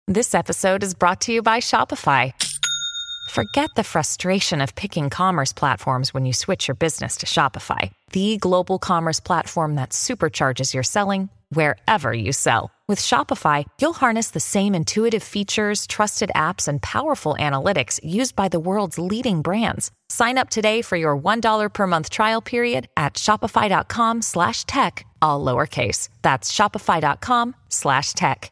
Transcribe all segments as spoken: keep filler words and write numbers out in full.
This episode is brought to you by Shopify. Forget the frustration of picking commerce platforms when you switch your business to Shopify, the global commerce platform that supercharges your selling wherever you sell. With Shopify, you'll harness the same intuitive features, trusted apps, and powerful analytics used by the world's leading brands. Sign up today for your one dollar per month trial period at shopify.com slash tech, all lowercase. That's shopify.com slash tech.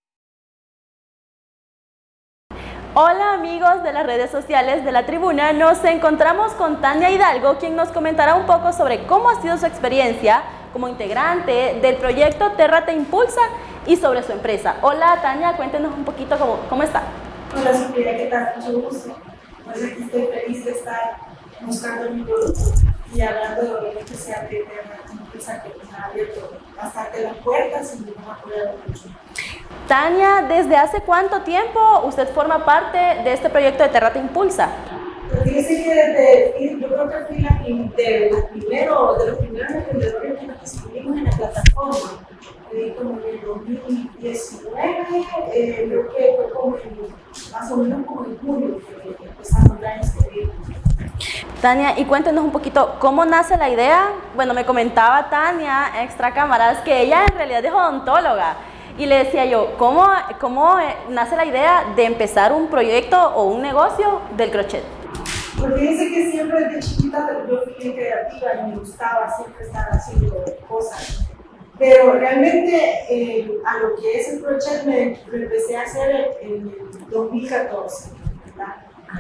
Hola amigos de las redes sociales de La Tribuna, nos encontramos con Tania Hidalgo, quien nos comentará un poco sobre cómo ha sido su experiencia como integrante del proyecto Terra Te Impulsa y sobre su empresa. Hola Tania, cuéntenos un poquito cómo, cómo está. Hola Sofía, ¿qué tal? Mucho gusto. Pues aquí estoy feliz de estar buscando mi producto y hablando de lo que sea de Terra Te Impulsa, que nos ha abierto bastante las puertas y nos ha apoyado mucho. Tania, ¿desde hace cuánto tiempo usted forma parte de este proyecto de Terra Te Impulsa? Pues fíjese que desde, yo creo que fui la, de, la primero, de los primeros emprendedores que nos inscribimos en la plataforma, eh, como en el dos mil diecinueve, eh, creo que fue como en, más o menos como en julio que empezamos a inscribirnos. Tania, y cuéntenos un poquito, ¿cómo nace la idea? Bueno, me comentaba Tania, extra cámaras, que ella en realidad es odontóloga. Y le decía yo, ¿cómo, ¿cómo nace la idea de empezar un proyecto o un negocio del crochet? Pues fíjense que siempre desde chiquita yo fui bien creativa y me gustaba siempre estar haciendo cosas. Pero realmente eh, a lo que es el crochet me lo empecé a hacer en el dos mil catorce, ¿verdad?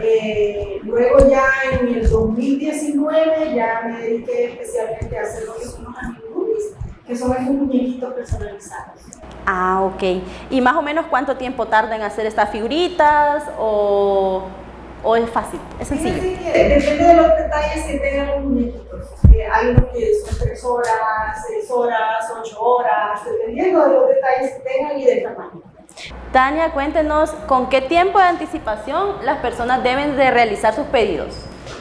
Eh, luego ya en el dos mil diecinueve ya me dediqué especialmente a hacer lo que son los amigurumis, que son esos muñequitos personalizados. Ah, ok. ¿Y más o menos cuánto tiempo tarda en hacer estas figuritas o, o es fácil? Es sencillo. Sí, que depende de los detalles que tengan los muñequitos. Eh, hay unos que son tres horas, seis horas, ocho horas, dependiendo de los detalles que tengan y del tamaño. Tania, cuéntenos, ¿con qué tiempo de anticipación las personas deben de realizar sus pedidos?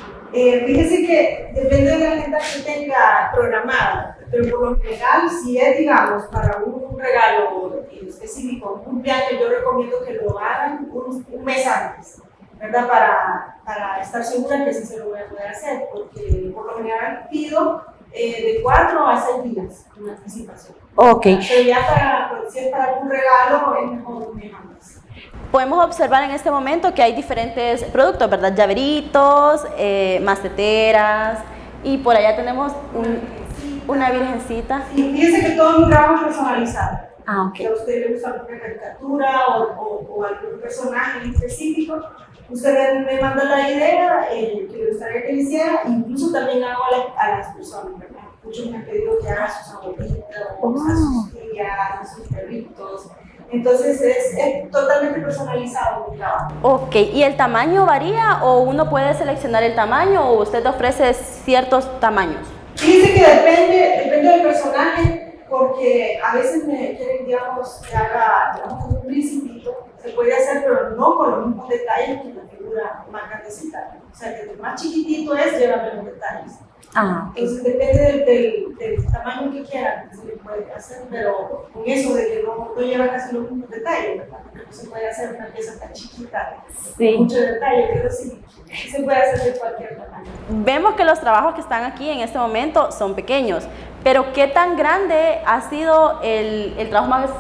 Eh, fíjese que depende de la agenda que tenga programada, pero por lo general, si es, digamos, para un regalo específico, un cumpleaños, yo recomiendo que lo hagan un, un mes antes, ¿verdad? Para, para estar segura que sí se lo voy a poder hacer, porque por lo general pido eh, de cuatro a seis días con anticipación. Ok. Pero ya para, pues, si es para algún regalo, es mejor un mes antes. Podemos observar en este momento que hay diferentes productos, ¿verdad? Llaveritos, eh, maceteras, y por allá tenemos un, una virgencita. Sí, fíjense que todo es un trabajo personalizado. Ah, ok. Si a usted le gusta alguna caricatura o, o, o algún personaje en específico, usted me manda la idea eh, que le gustaría que le hiciera, incluso también hago a, la, a las personas, ¿verdad? Muchos me han pedido que haga a sus abuelitos, oh. a sus tías, a sus perritos. Entonces es, es totalmente personalizado mi trabajo. Ok, ¿y el tamaño varía o uno puede seleccionar el tamaño o usted ofrece ciertos tamaños? Fíjense que depende, depende del personaje, porque a veces me quieren, digamos, que haga digamos, un principito, se puede hacer, pero no con los mismos detalles que la figura más grandecita. O sea, que el más chiquitito es, lleva menos detalles. Ah, okay. Entonces depende del, del, del tamaño que quieran, se le puede hacer, pero con eso de que no, no lleva casi los mismos detalles, ¿verdad? Porque no se puede hacer una pieza tan chiquita, sí. con mucho detalle, pero sí, sí se puede hacer de cualquier tamaño. Vemos que los trabajos que están aquí en este momento son pequeños, pero ¿qué tan grande ha sido el, el trabajo más?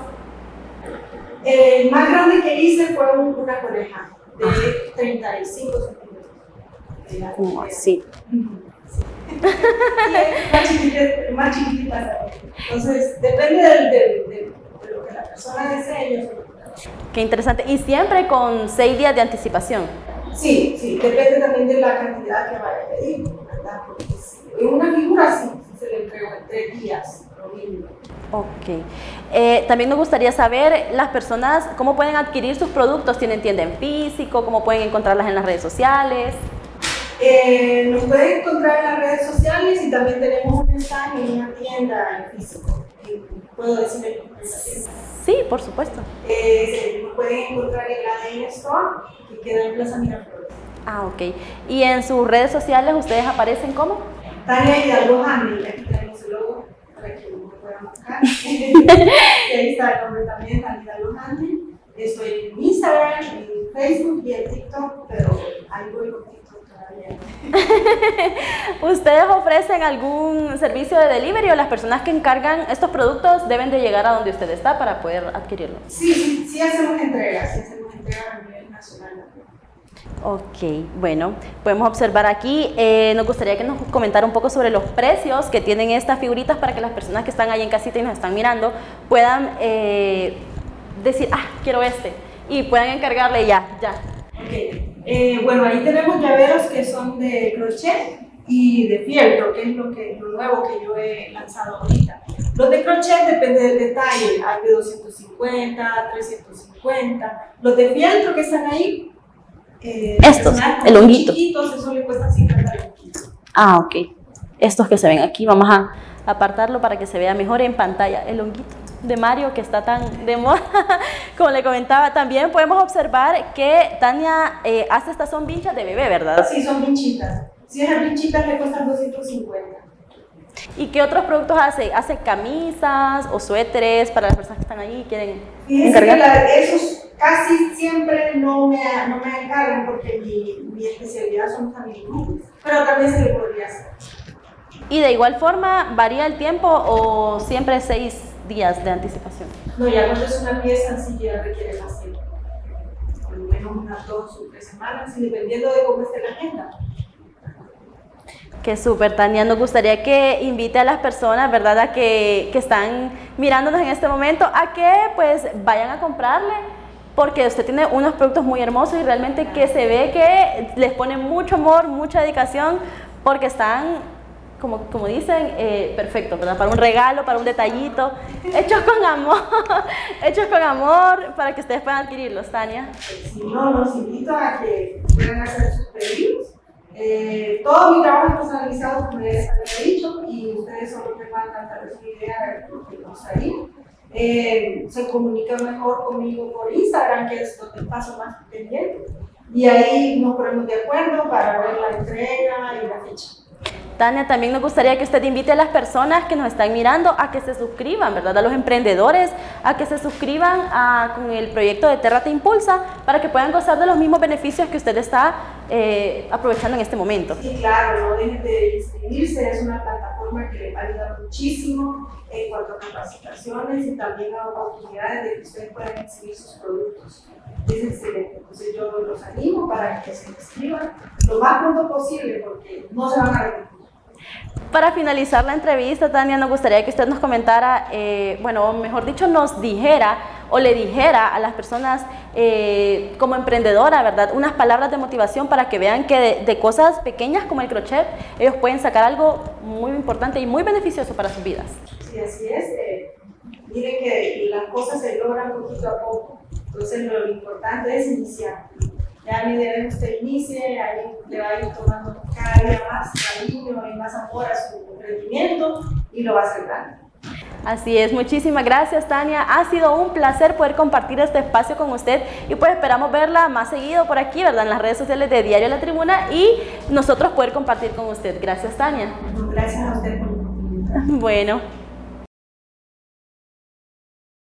El más grande que hice fue un, una coneja de treinta y cinco centímetros. ¿Cómo así? más chiquititas, más chiquititas. Entonces, depende del, del, del, de lo que la persona desee. Qué interesante. ¿Y siempre con seis días de anticipación? Sí, sí, depende también de la cantidad que vaya a pedir, ¿verdad? Porque si en una figura sí, se le entregó en tres días, lo mínimo. Ok. Eh, también nos gustaría saber las personas cómo pueden adquirir sus productos. ¿Tienen tienda en físico? ¿Cómo pueden encontrarlas en las redes sociales? Eh, nos pueden encontrar en las redes sociales y también tenemos un stand y una tienda en físico. ¿Puedo decir el nombre de la tienda? Sí, por supuesto. Eh, nos pueden encontrar en la A D N Store, que queda en Plaza Miraflores. Ah, ok. ¿Y en sus redes sociales ustedes aparecen cómo? Tania Hidalgo Handel, aquí tenemos el logo para que lo puedan buscar. Y ahí está el nombre también, Tania Hidalgo Handel. Estoy en Instagram, en Facebook y en TikTok, pero ahí voy con TikTok todavía. ¿Ustedes ofrecen algún servicio de delivery o las personas que encargan estos productos deben de llegar a donde usted está para poder adquirirlos? Sí, sí, sí hacemos entregas, sí hacemos entregas a nivel nacional. Ok, bueno, podemos observar aquí, eh, nos gustaría que nos comentara un poco sobre los precios que tienen estas figuritas para que las personas que están ahí en casita y nos están mirando puedan eh, decir, ah, quiero este, y puedan encargarle ya, ya. Ok, eh, bueno, ahí tenemos llaveros que son de crochet y de fieltro, que es lo, que, lo nuevo que yo he lanzado ahorita. Los de crochet depende del detalle, hay de doscientos cincuenta, trescientos cincuenta, los de fieltro que están ahí, Eh, estos, el honguito. Chiquitos, eso le cuesta cincuenta honguitos. Ah, ok. Estos que se ven aquí, vamos a apartarlo para que se vea mejor en pantalla. El honguito de Mario que está tan de moda. Como le comentaba, también podemos observar que Tania eh, hace estas son vinchas de bebé, ¿verdad? Sí, son vinchitas. Si esas vinchitas le cuestan doscientos cincuenta. ¿Y qué otros productos hace? ¿Hace camisas o suéteres para las personas que están ahí y quieren Fíjense encargar? que la, esos casi siempre no me, no me encargan porque mi, mi especialidad son los amigurumis, pero también se le podría hacer. ¿Y de igual forma varía el tiempo o siempre seis días de anticipación? No, ya cuando es una pieza así ya requiere más tiempo. Por lo menos unas dos o tres semanas, y dependiendo de cómo esté la agenda. Qué súper, Tania. Nos gustaría que invite a las personas, ¿verdad?, a que, que están mirándonos en este momento, a que pues vayan a comprarle, porque usted tiene unos productos muy hermosos y realmente que se ve que les pone mucho amor, mucha dedicación, porque están, como, como dicen, eh, perfectos, ¿verdad? Para un regalo, para un detallito, hechos con amor, hechos con amor, para que ustedes puedan adquirirlos, Tania. Si no, los invito a que puedan hacer sus pedidos. Eh, todo mi trabajo es personalizado, como les había dicho, y ustedes solo me mandan tal vez una idea de lo que vamos a ir. Eh, se comunican mejor conmigo por Instagram, que es donde paso más pendiente, y ahí nos ponemos de acuerdo para ver la entrega y la fecha. Tania, también nos gustaría que usted invite a las personas que nos están mirando a que se suscriban, ¿verdad?, a los emprendedores, a que se suscriban a, con el proyecto de Terra Te Impulsa, para que puedan gozar de los mismos beneficios que usted está eh, aprovechando en este momento. Sí, claro, no dejen de inscribirse, es una plataforma que les va a ayudar muchísimo en cuanto a capacitaciones y también a oportunidades de que ustedes puedan exhibir sus productos. Es excelente, entonces yo los animo para que se inscriban lo más pronto posible porque no se van a arrepentir. Para finalizar la entrevista, Tania, nos gustaría que usted nos comentara, eh, bueno, mejor dicho, nos dijera o le dijera a las personas eh, como emprendedora, ¿verdad?, unas palabras de motivación para que vean que de, de cosas pequeñas como el crochet, ellos pueden sacar algo muy importante y muy beneficioso para sus vidas. Sí, así es. Eh, miren que las cosas se logran poquito a poco, entonces lo importante es iniciar. Ya mi idea es que usted inicie, ahí le va a ir tomando cada día más cariño y más amor a su emprendimiento y lo va a hacer grande. Así es, muchísimas gracias, Tania. Ha sido un placer poder compartir este espacio con usted y pues esperamos verla más seguido por aquí, ¿verdad?, en las redes sociales de Diario La Tribuna y nosotros poder compartir con usted. Gracias, Tania. Gracias a usted por la oportunidad. Bueno.